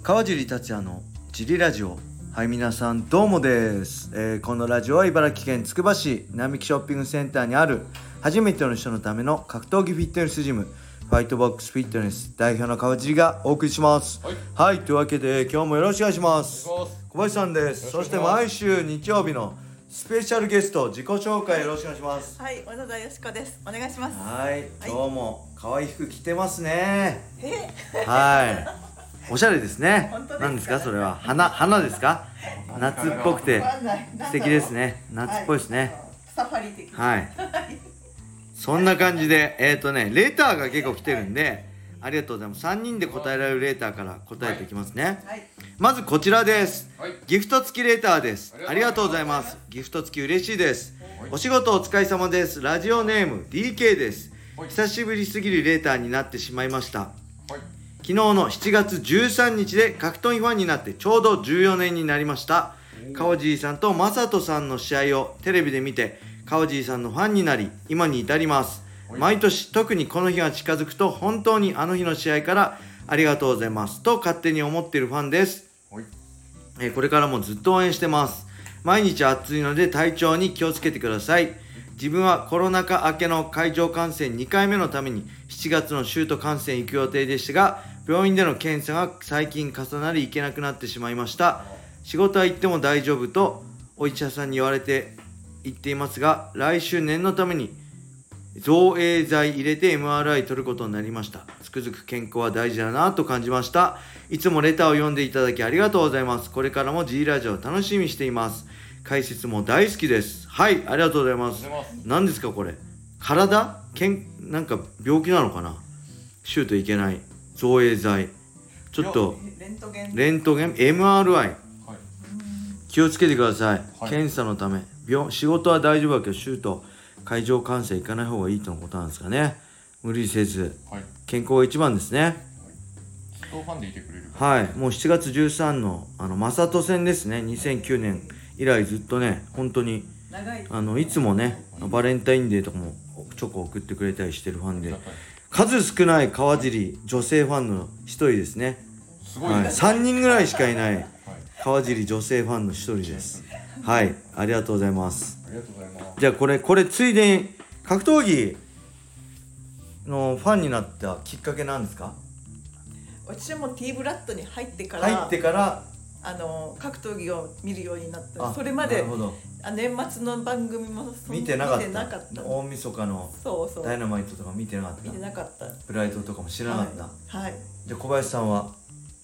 川尻達也のジリラジオ。はい、皆さんどうもです、このラジオは茨城県つくば市並木ショッピングセンターにある初めての人のための格闘技フィットネスジム、ファイトボックスフィットネス代表の川尻がお送りします。はい、というわけで今日もよろしくお願いします。小林さんです。そして毎週日曜日のスペシャルゲスト、自己紹介よろしくお願いします。 はい、小野田よしこです。お願いします。 はい、今日も可愛い服着てますね。はい、おしゃれですね。何ですかそれは。花ですか。夏っぽくて素敵ですね。夏っぽいですね。 サファリ的。 はい。そんな感じでレターが結構来てるんで、ありがとうございます。3人で答えられるレターから答えていきますね。まずこちらです。ギフト付きレターです。ありがとうございます。ギフト付き嬉しいです。お仕事お疲れ様です。ラジオネーム DK です。久しぶりすぎるレターになってしまいました。昨日の7月13日で格闘技ファンになってちょうど14年になりました。川尻さんと正人さんの試合をテレビで見て、川尻さんのファンになり今に至ります。毎年特にこの日が近づくと本当にあの日の試合からありがとうございますと勝手に思っているファンです。これからもずっと応援してます。毎日暑いので体調に気をつけてください。自分はコロナ禍明けの会場観戦2回目のために7月のシュート観戦行く予定でしたが、病院での検査が最近重なり行けなくなってしまいました。仕事は行っても大丈夫とお医者さんに言われて行っていますが、来週念のために造影剤入れて MRI 取ることになりました。つくづく健康は大事だなと感じました。いつもレターを読んでいただきありがとうございます。これからも G ラジオを楽しみにしています。解説も大好きです。はい、ありがとうございます。何ですかこれ。なんか病気なのかな。シュートいけない造影剤、ちょっとレントゲン MRI、気をつけてください。検査のため仕事は大丈夫だけどシュート会場観戦行かない方がいいとのことなんですかね。無理せず、健康が一番ですね。 ファンでいてくれる。 はい、もう7月13の正人戦ですね。2009年以来ずっとね、本当にいつもねバレンタインデーとかもチョコ送ってくれたりしてるファンで、数少ない川尻女性ファンの一人ですね。 すごいね。 3人ぐらいしかいない川尻女性ファンの一人です。はい、ありがとうございます。 ありがとうございます。 じゃあこれついでに格闘技のファンになったきっかけなんですか。 私も T ブラッドに入ってから格闘技を見るようになった。それまで年末の番組も見てなかった。大晦日のダイナマイトとか見てなかった。 見てなかった。 プライドとかも知らなかった。 はい。 じゃあ小林さんは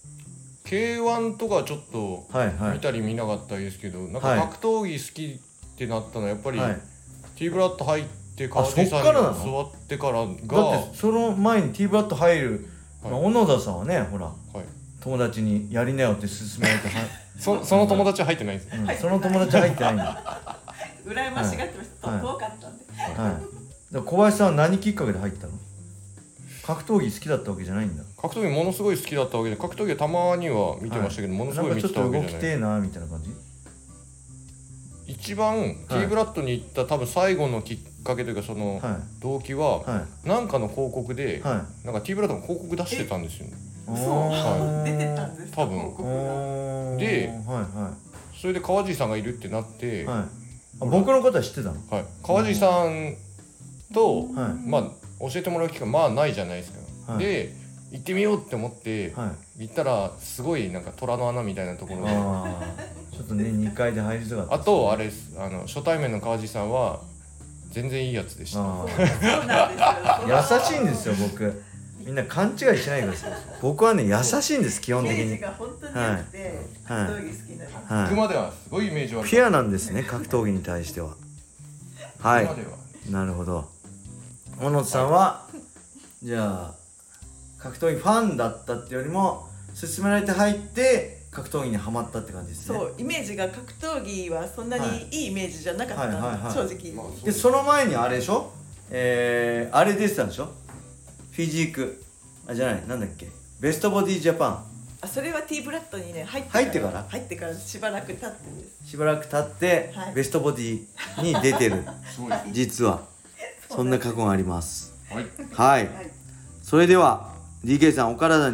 K1 とかちょっと見たり見なかったですけど、なんか格闘技好きってなったのはやっぱり T ブラッド入って川尻さんに座ってからが。だってその前に T ブラッド入る小野田さんはね、ほら友達にやりなよって勧められてその友達は入ってないんですよ。 その友達入ってないんだ。 羨ましがってました。遠かったんで。 で小林さんは何きっかけで入ったの。格闘技好きだったわけじゃないんだ。 格闘技ものすごい好きだったわけで、格闘技はたまには見てましたけど、ものすごい見てたわけじゃない。 ちょっと動きてえなみたいな感じ。 一番 T ブラッドに行った多分最後のきっかけというか、その動機はなんかの広告でなんか T ブラッドの広告出してたんですよね。 出てたんです多分。で、それで川尻さんがいるってなって、 僕のことは知ってたの。 川尻さんとまあ教えてもらう機会ないじゃないですか。で行ってみようって思って行ったら、すごいなんか虎の穴みたいなところでちょっとね2階で入りづらかった。 あとあれ初対面の川尻さんは全然いいやつでした。 優しいんですよ僕。みんな勘違いしないでください。僕はね優しいんです基本的に。 イメージが本当にあって格闘技好きな。 行くまではすごいイメージはピュアなんですね格闘技に対しては。はい。なるほど。小野さんはじゃあ格闘技ファンだったってよりも勧められて入って格闘技にはまったって感じですね。 そう、イメージが格闘技はそんなにいいイメージじゃなかった、正直。 でその前にあれでしょ、あれ出てたんでしょ、フィジークじゃない、なんだっけ、ベストボディジャパン。 それは T ブラッドにね入ってからしばらく経ってです。 しばらく経って、ベストボディに出てる実はそんな過去があります。はい、それでは DK さん、お体に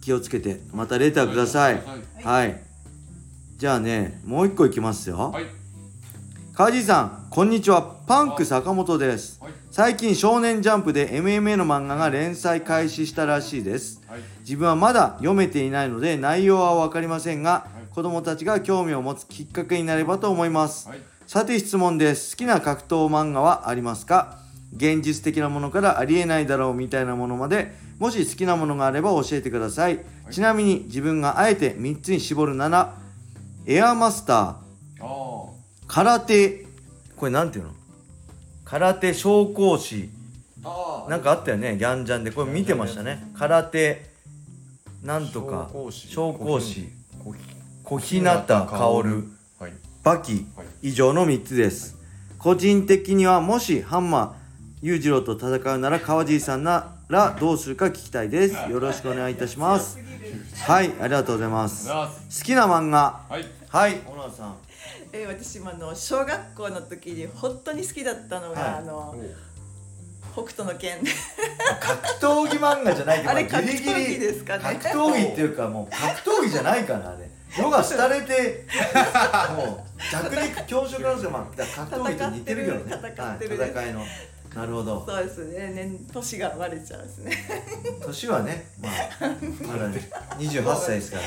気をつけてまたレターください。はい、じゃあねもう一個いきますよ。川地さんこんにちは、パンク坂本です。最近少年ジャンプで MMA の漫画が連載開始したらしいです。自分はまだ読めていないので内容は分かりませんが、子供たちが興味を持つきっかけになればと思います。さて質問です。好きな格闘漫画はありますか？現実的なものからありえないだろうみたいなものまで、もし好きなものがあれば教えてください。ちなみに自分があえて3つに絞るなら、エアマスター、空手、これなんていうの？空手昇降士、なんかあったよね、ギャンジャンで。これ見てましたね。空手なんとか昇降士、小日向薫、バキ、以上の3つです。個人的にはもしハンマー裕次郎と戦うなら川尻さんならどうするか聞きたいです。よろしくお願いいたします。はい、ありがとうございます。好きな漫画、はい、小野さん。 私も小学校の時に本当に好きだったのが、北斗の拳格闘技漫画じゃないけど、 あれ格闘技ですかね。 格闘技っていうかもう格闘技じゃないかな、あれ世が廃れてもう弱肉強食なんですよ。格闘技と似てるけどね、戦いの。なるほど。 そうですね、年がバレちゃうんですね。 年はね、まだね28歳ですから。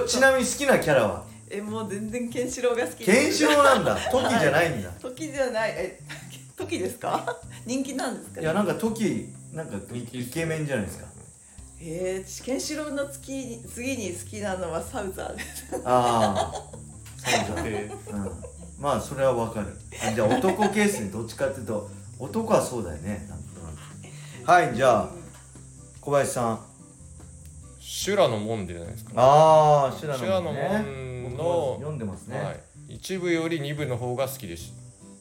ちなみに好きなキャラは？ もう全然ケンシロウが好きです。 ケンシロウなんだ。トキじゃないんだ。 トキじゃない。トキですか？人気なんですか？ いやなんかトキなんかイケメンじゃないですか。 ケンシロウの次に好きなのはサウザーです。 ああ、サウザー。まあそれはわかる。じゃあ男ケースにどっちかっていうと男はそうだよね。はい、じゃあ小林さん。 修羅の門でじゃないですか。 ああ、修羅の門の読んでますね。 一部より二部の方が好きでした。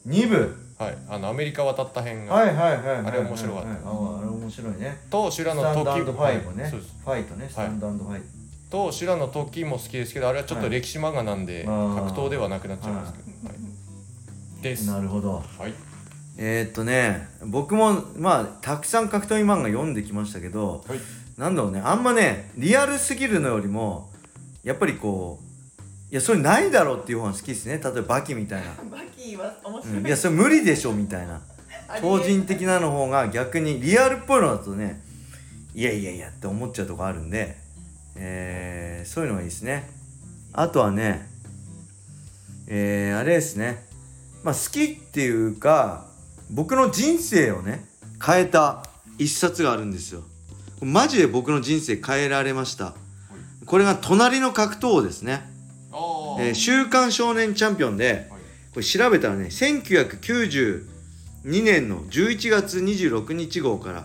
二部。 はい、アメリカ渡った辺が。 あれ面白かった。あれ面白いね。 と修羅の時。 スタンドファイトね。ファイトね。スタンドファイト。と修羅の時も好きですけど、あれはちょっと歴史漫画なんで格闘ではなくなっちゃいますけど。です。 なるほど。 はい。 僕もたくさん格闘技漫画読んできましたけど、なんだろうね、あんまねリアルすぎるのよりもやっぱりこう、いやそれないだろうっていう方が好きですね。例えばバキみたいな。 バキは面白い。 いやそれ無理でしょみたいな超人的なの方が逆にリアルっぽいのだとね、いやって思っちゃうとこあるんで、そういうのがいいですね。あとはね、あれですね、好きっていうか僕の人生をね変えた一冊があるんですよ。マジで僕の人生変えられました。これが隣の格闘王ですね。週刊少年チャンピオンで、これ調べたらね、1992年の11月26日号から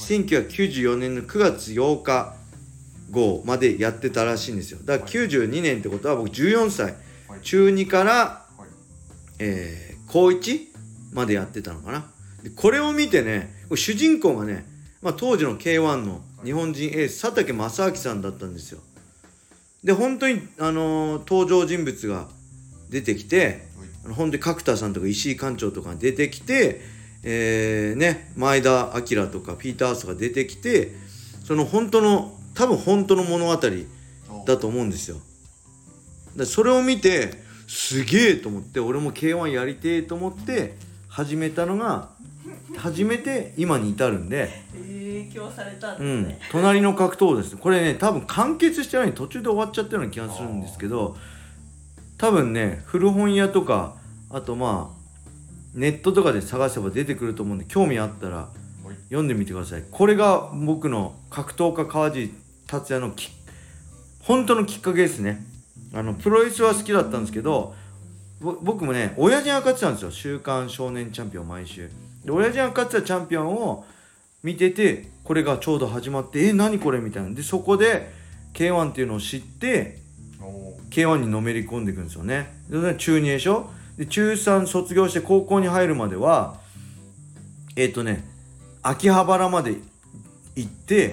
1994年の9月8日号までやってたらしいんですよ。だから92年ってことは僕14歳、中2から高1までやってたのかな。でこれを見てね、主人公がね、当時の K1 の日本人エース佐竹正明さんだったんですよ。で本当に登場人物が出てきて、本当に角田さんとか石井館長とか出てきて、前田明とかピーター・アースが出てきて、その多分本当の物語だと思うんですよ。でそれを見てすげえと思って、俺も K1 やりてえと思って始めたのが初めて今に至るんで、 影響されたんですね。 隣の格闘です。これね多分完結してない、途中で終わっちゃったような気がするんですけど、多分ね古本屋とかあとネットとかで探せば出てくると思うんで、興味あったら読んでみてください。これが僕の格闘家川尻達也の本当のきっかけですね。プロレスは好きだったんですけど、僕もね親父が勝ってたんですよ、週刊少年チャンピオン毎週で。親父が勝ってたチャンピオンを見てて、これがちょうど始まって、何これみたいなで、そこで K1 っていうのを知って K1 にのめり込んでいくんですよね。で中2でしょ。で中3卒業して高校に入るまでは秋葉原まで行って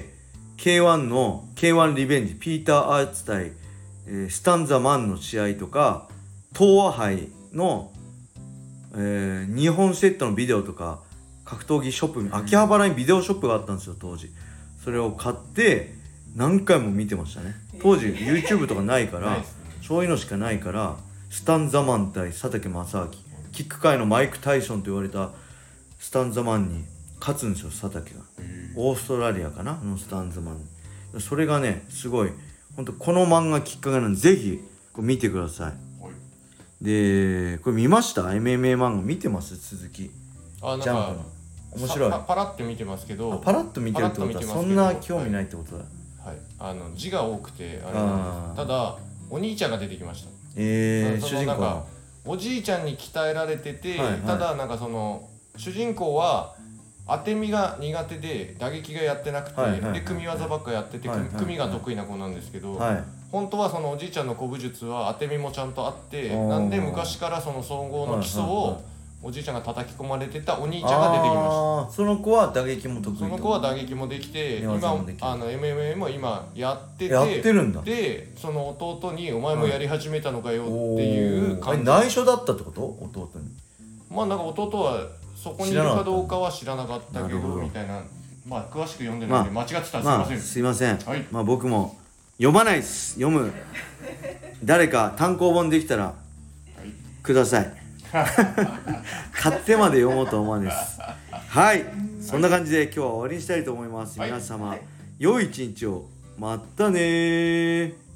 K1 リベンジ、ピーター・アーツ対、スタンザ・マンの試合とか、東和杯の、2本セットのビデオとか、格闘技ショップ、秋葉原にビデオショップがあったんですよ当時。それを買って何回も見てましたね。当時 YouTube とかないからそういうのしかないから、スタンザマン対佐竹正明、キック界のマイク・タイソンと言われたスタンザマンに勝つんですよ、佐竹が。オーストラリアかなのスタンザマンに。それがねすごい本当この漫画きっかけなんで、ぜひこれ見てください。でこれ見ました？ MMA 漫画見てます？続きジャンプの面白い。 パラッと見てますけど、 パラッと見てるってことはそんな興味ないってことだ。 はい、字が多くてただお兄ちゃんが出てきました。 主人公のおじいちゃんに鍛えられてて、ただなんかその主人公は当て身が苦手で打撃がやってなくて、で組み技ばっかやってて、組が得意な子なんですけど、本当はそのおじいちゃんの古武術は当て身もちゃんとあって、なんで昔からその総合の基礎をおじいちゃんが叩き込まれてたお兄ちゃんが出てきました。 その子は打撃も得意。 その子は打撃もできて、今MMA も今やってて、 やってるんだ。 でその弟にお前もやり始めたのかよっていう感じ。 内緒だったってこと？弟に。 まあなんか弟はそこにいるかどうかは知らなかったけどみたいな。まあ詳しく読んでないんで間違ってたらすいません。 すいません。まあ僕も読まないです。読む誰か単行本できたらください。買ってまで読もうと思わないです。はい、そんな感じで今日は終わりにしたいと思います。皆様、良い一日を。またね。